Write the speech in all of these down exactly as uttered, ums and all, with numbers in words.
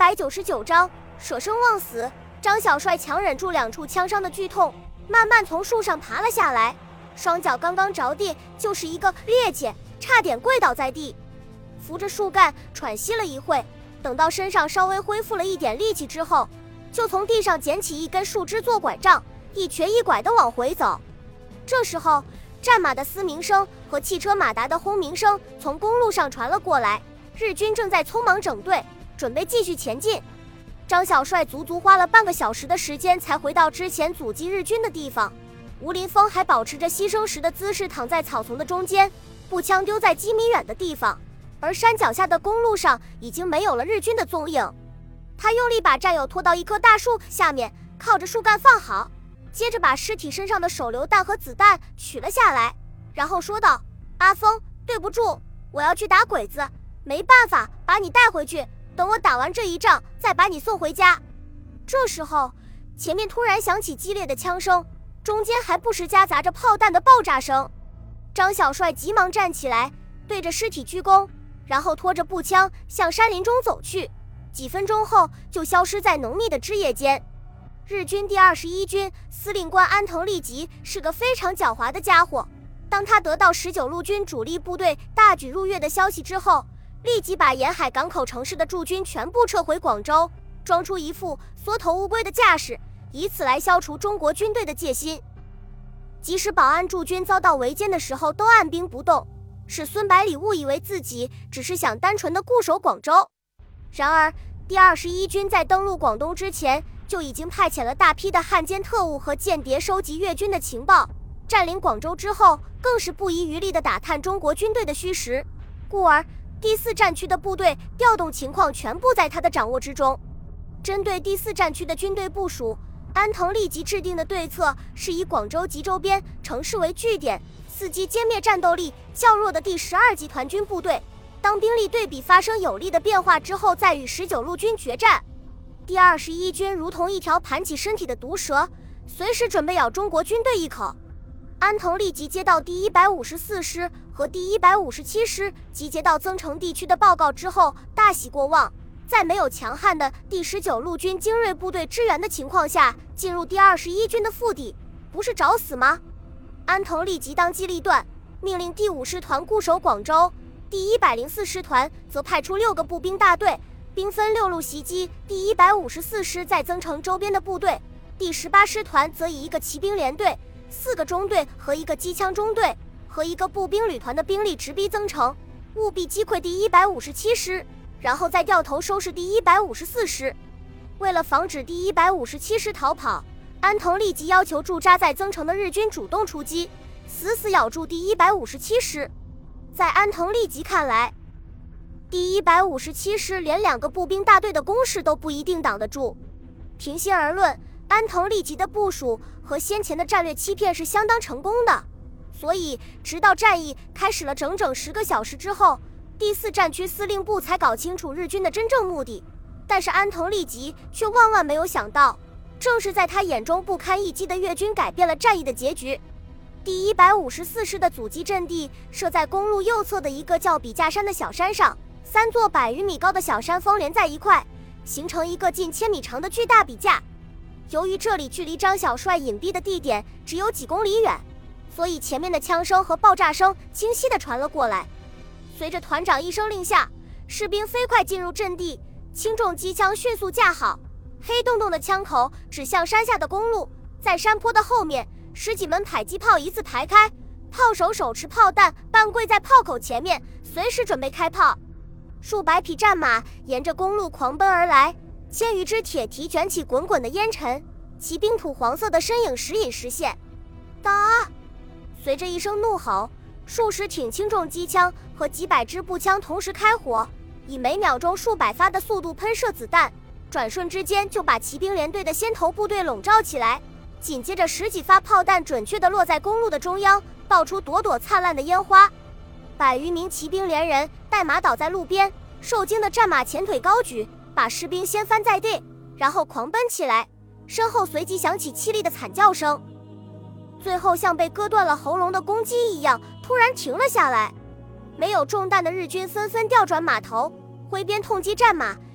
百九十九章舍生忘死。张小帅强忍住两处枪伤的剧痛，慢慢从树上爬了下来，双脚刚刚着地就是一个趔趄，差点跪倒在地，扶着树干喘息了一会，等到身上稍微恢复了一点力气之后，就从地上捡起一根树枝做拐杖，一瘸一拐地往回走。这时候战马的嘶鸣声和汽车马达的轰鸣声从公路上传了过来，日军正在匆忙整队，准备继续前进。张小帅足足花了半个小时的时间才回到之前阻击日军的地方。吴林峰还保持着牺牲时的姿势躺在草丛的中间，步枪丢在几米远的地方，而山脚下的公路上已经没有了日军的踪影。他用力把战友拖到一棵大树下面，靠着树干放好，接着把尸体身上的手榴弹和子弹取了下来，然后说道：阿峰，对不住，我要去打鬼子，没办法把你带回去，等我打完这一仗再把你送回家。这时候前面突然响起激烈的枪声，中间还不时夹杂着炮弹的爆炸声。张小帅急忙站起来，对着尸体鞠躬，然后拖着步枪向山林中走去，几分钟后就消失在浓密的枝叶间。日军第二十一军司令官安藤利吉是个非常狡猾的家伙，当他得到十九路军主力部队大举入粤的消息之后，立即把沿海港口城市的驻军全部撤回广州，装出一副缩头乌龟的架势，以此来消除中国军队的戒心。即使保安驻军遭到围歼的时候都按兵不动，使孙百里误以为自己只是想单纯的固守广州。然而第二十一军在登陆广东之前就已经派遣了大批的汉奸特务和间谍收集粤军的情报，占领广州之后更是不遗余力地打探中国军队的虚实，故而第四战区的部队调动情况全部在他的掌握之中。针对第四战区的军队部署，安藤立即制定的对策是以广州及周边城市为据点，伺机歼灭战斗力较弱的第十二集团军部队，当兵力对比发生有力的变化之后再与十九路军决战。第二十一军如同一条盘起身体的毒蛇，随时准备咬中国军队一口。安藤立即接到第一百五十四师和第一百五十七师集结到增城地区的报告之后，大喜过望，在没有强悍的第十九路军精锐部队支援的情况下进入第二十一军的腹地，不是找死吗？安藤立即当机立断，命令第五师团固守广州，第一百零四师团则派出六个步兵大队，兵分六路袭击第一百五十四师在增城周边的部队，第十八师团则以一个骑兵连队、四个中队和一个机枪中队和一个步兵旅团的兵力直逼增城，务必击溃第一百五十七师，然后再掉头收拾第一百五十四师。为了防止第一百五十七师逃跑，安藤立即要求驻扎在增城的日军主动出击，死死咬住第一百五十七师。在安藤立即看来，第一百五十七师连两个步兵大队的攻势都不一定挡得住。平心而论，安藤立即的部署和先前的战略欺骗是相当成功的，所以直到战役开始了整整十个小时之后，第四战区司令部才搞清楚日军的真正目的。但是安藤立即却万万没有想到，正是在他眼中不堪一击的越军改变了战役的结局。第一百五十四师的阻击阵地设在公路右侧的一个叫笔架山的小山上，三座百余米高的小山峰连在一块，形成一个近千米长的巨大笔架。由于这里距离张小帅隐蔽的地点只有几公里远，所以前面的枪声和爆炸声清晰地传了过来。随着团长一声令下，士兵飞快进入阵地，轻重机枪迅速架好，黑洞洞的枪口指向山下的公路。在山坡的后面，十几门迫击炮一字排开，炮手手持炮弹半跪在炮口前面，随时准备开炮。数百匹战马沿着公路狂奔而来，千余只铁蹄卷起滚滚的烟尘，骑兵土黄色的身影时隐时现。打！随着一声怒吼，数十挺轻重机枪和几百支步枪同时开火，以每秒钟数百发的速度喷射子弹，转瞬之间就把骑兵连队的先头部队笼罩起来。紧接着十几发炮弹准确地落在公路的中央，爆出朵朵灿烂的烟花。百余名骑兵连人带马倒在路边，受惊的战马前腿高举，把士兵掀翻在地，然后狂奔起来，身后随即响起凄厉的惨叫声，最后像被割断了喉咙的公鸡一样突然停了下来。没有中弹的日军纷纷调转马头，挥鞭痛击战马，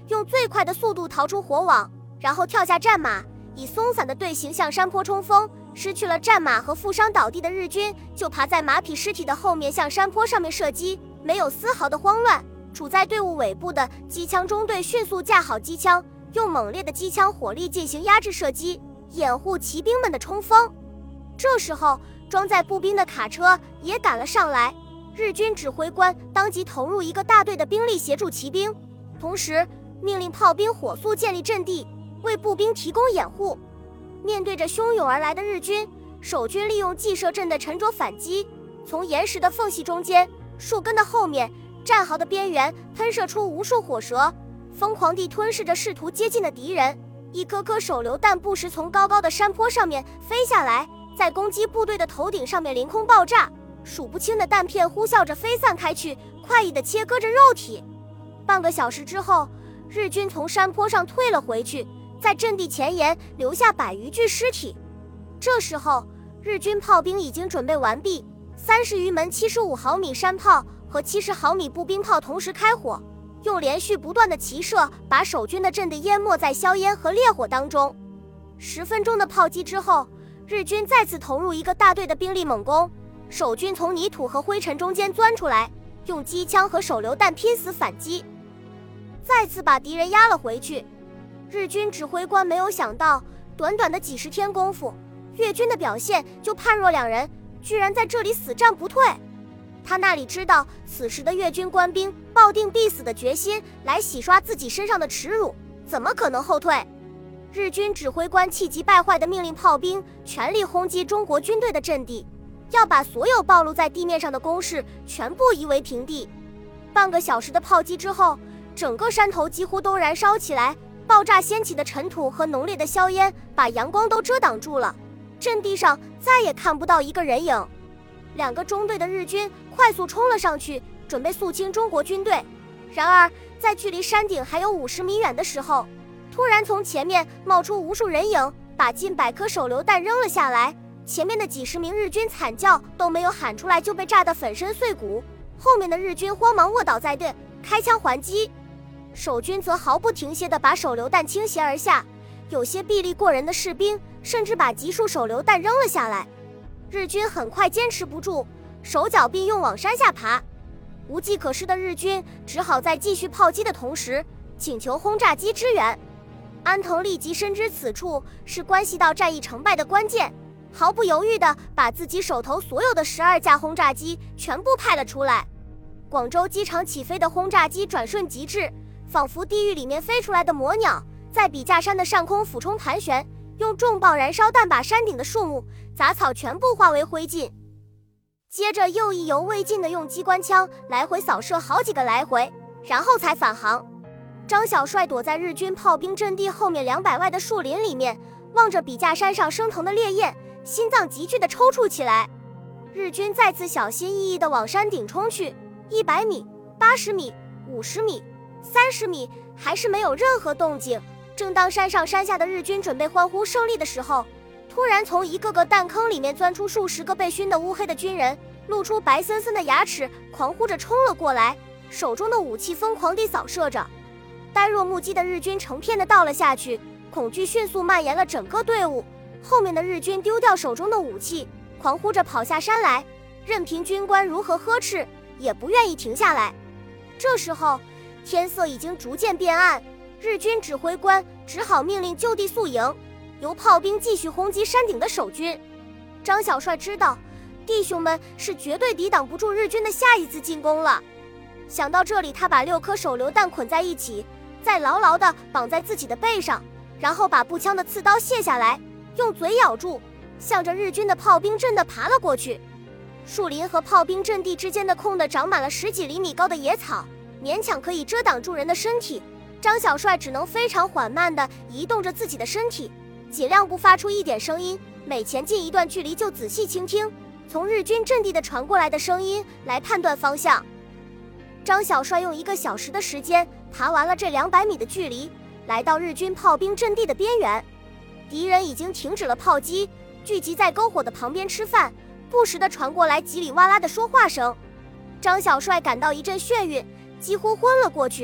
用最快的速度逃出火网，然后跳下战马，以松散的队形向山坡冲锋。失去了战马和负伤倒地的日军，就爬在马匹尸体的后面向山坡上面射击，没有丝毫的慌乱。处在队伍尾部的机枪中队迅速架好机枪，用猛烈的机枪火力进行压制射击，掩护骑兵们的冲锋。这时候，装载步兵的卡车也赶了上来，日军指挥官当即投入一个大队的兵力协助骑兵，同时命令炮兵火速建立阵地，为步兵提供掩护。面对着汹涌而来的日军，守军利用计射阵的沉着反击，从岩石的缝隙中间、树根的后面、战壕的边缘喷射出无数火蛇，疯狂地吞噬着试图接近的敌人。一颗颗手榴弹不时从高高的山坡上面飞下来，在攻击部队的头顶上面凌空爆炸，数不清的弹片呼啸着飞散开去，快意地切割着肉体。半个小时之后，日军从山坡上退了回去，在阵地前沿留下百余具尸体。这时候，日军炮兵已经准备完毕，三十余门七十五毫米山炮和七十毫米步兵炮同时开火，用连续不断的齐射把守军的阵地淹没在硝烟和烈火当中。十分钟的炮击之后，日军再次投入一个大队的兵力猛攻，守军从泥土和灰尘中间钻出来，用机枪和手榴弹拼死反击，再次把敌人压了回去。日军指挥官没有想到，短短的几十天功夫，越军的表现就判若两人，居然在这里死战不退。他那里知道，此时的越军官兵抱定必死的决心来洗刷自己身上的耻辱，怎么可能后退？日军指挥官气急败坏地命令炮兵全力轰击中国军队的阵地，要把所有暴露在地面上的工事全部夷为平地。半个小时的炮击之后，整个山头几乎都燃烧起来，爆炸掀起的尘土和浓烈的硝烟把阳光都遮挡住了，阵地上再也看不到一个人影。两个中队的日军快速冲了上去，准备肃清中国军队。然而在距离山顶还有五十米远的时候，突然从前面冒出无数人影，把近百颗手榴弹扔了下来。前面的几十名日军惨叫都没有喊出来，就被炸得粉身碎骨。后面的日军慌忙卧倒在地，开枪还击。守军则毫不停歇地把手榴弹倾斜而下，有些臂力过人的士兵甚至把集束手榴弹扔了下来。日军很快坚持不住，手脚并用往山下爬。无计可施的日军只好在继续炮击的同时，请求轰炸机支援。安藤立即深知此处是关系到战役成败的关键，毫不犹豫地把自己手头所有的十二架轰炸机全部派了出来。广州机场起飞的轰炸机转瞬即至，仿佛地狱里面飞出来的魔鸟，在笔架山的上空俯冲盘旋，用重磅燃烧弹把山顶的树木、杂草全部化为灰烬。接着又意犹未尽地用机关枪来回扫射好几个来回，然后才返航。张小帅躲在日军炮兵阵地后面两百外的树林里面，望着笔架山上升腾的烈焰，心脏急剧地抽搐起来。日军再次小心翼翼地往山顶冲去，一百米、八十米、五十米、三十米，还是没有任何动静。正当山上山下的日军准备欢呼胜利的时候，突然从一个个弹坑里面钻出数十个被熏得乌黑的军人，露出白森森的牙齿，狂呼着冲了过来，手中的武器疯狂地扫射着。呆若木鸡的日军成片地倒了下去，恐惧迅速蔓延了整个队伍。后面的日军丢掉手中的武器，狂呼着跑下山来，任凭军官如何呵斥，也不愿意停下来。这时候天色已经逐渐变暗，日军指挥官只好命令就地宿营，由炮兵继续轰击山顶的守军。张小帅知道弟兄们是绝对抵挡不住日军的下一次进攻了。想到这里，他把六颗手榴弹捆在一起，再牢牢地绑在自己的背上，然后把步枪的刺刀卸下来，用嘴咬住，向着日军的炮兵阵地爬了过去。树林和炮兵阵地之间的空地长满了十几厘米高的野草，勉强可以遮挡住人的身体。张小帅只能非常缓慢地移动着自己的身体，尽量不发出一点声音，每前进一段距离就仔细倾听，从日军阵地的传过来的声音来判断方向。张小帅用一个小时的时间爬完了这两百米的距离，来到日军炮兵阵地的边缘。敌人已经停止了炮击，聚集在篝火的旁边吃饭，不时地传过来叽里哇啦的说话声。张小帅感到一阵眩晕，几乎昏了过去。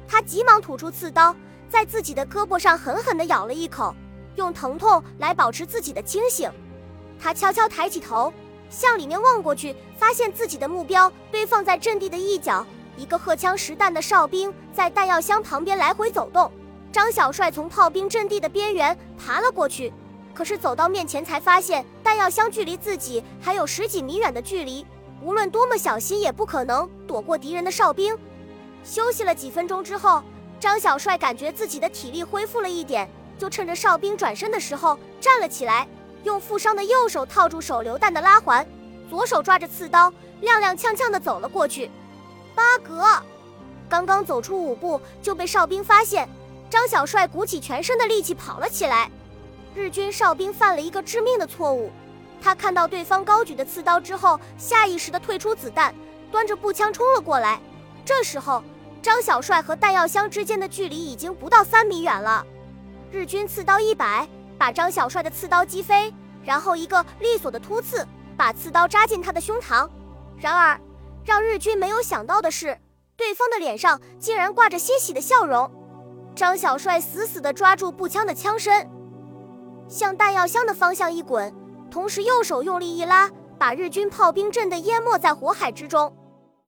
他急忙吐出刺刀，在自己的胳膊上狠狠地咬了一口，用疼痛来保持自己的清醒。他悄悄抬起头，向里面望过去，发现自己的目标被放在阵地的一角，一个荷枪实弹的哨兵在弹药箱旁边来回走动。张小帅从炮兵阵地的边缘爬了过去，可是走到面前才发现弹药箱距离自己还有十几米远的距离，无论多么小心也不可能躲过敌人的哨兵。休息了几分钟之后，张小帅感觉自己的体力恢复了一点，就趁着哨兵转身的时候站了起来，用负伤的右手套住手榴弹的拉环，左手抓着刺刀，踉踉跄跄地走了过去。八格，刚刚走出五步就被哨兵发现，张小帅鼓起全身的力气跑了起来。日军哨兵犯了一个致命的错误，他看到对方高举的刺刀之后，下意识地退出子弹，端着步枪冲了过来。这时候张小帅和弹药箱之间的距离已经不到三米远了。日军刺刀一摆，把张小帅的刺刀击飞，然后一个利索的突刺把刺刀扎进他的胸膛。然而让日军没有想到的是，对方的脸上竟然挂着欣喜的笑容。张小帅死死地抓住步枪的枪身，向弹药箱的方向一滚，同时右手用力一拉，把日军炮兵阵地淹没在火海之中。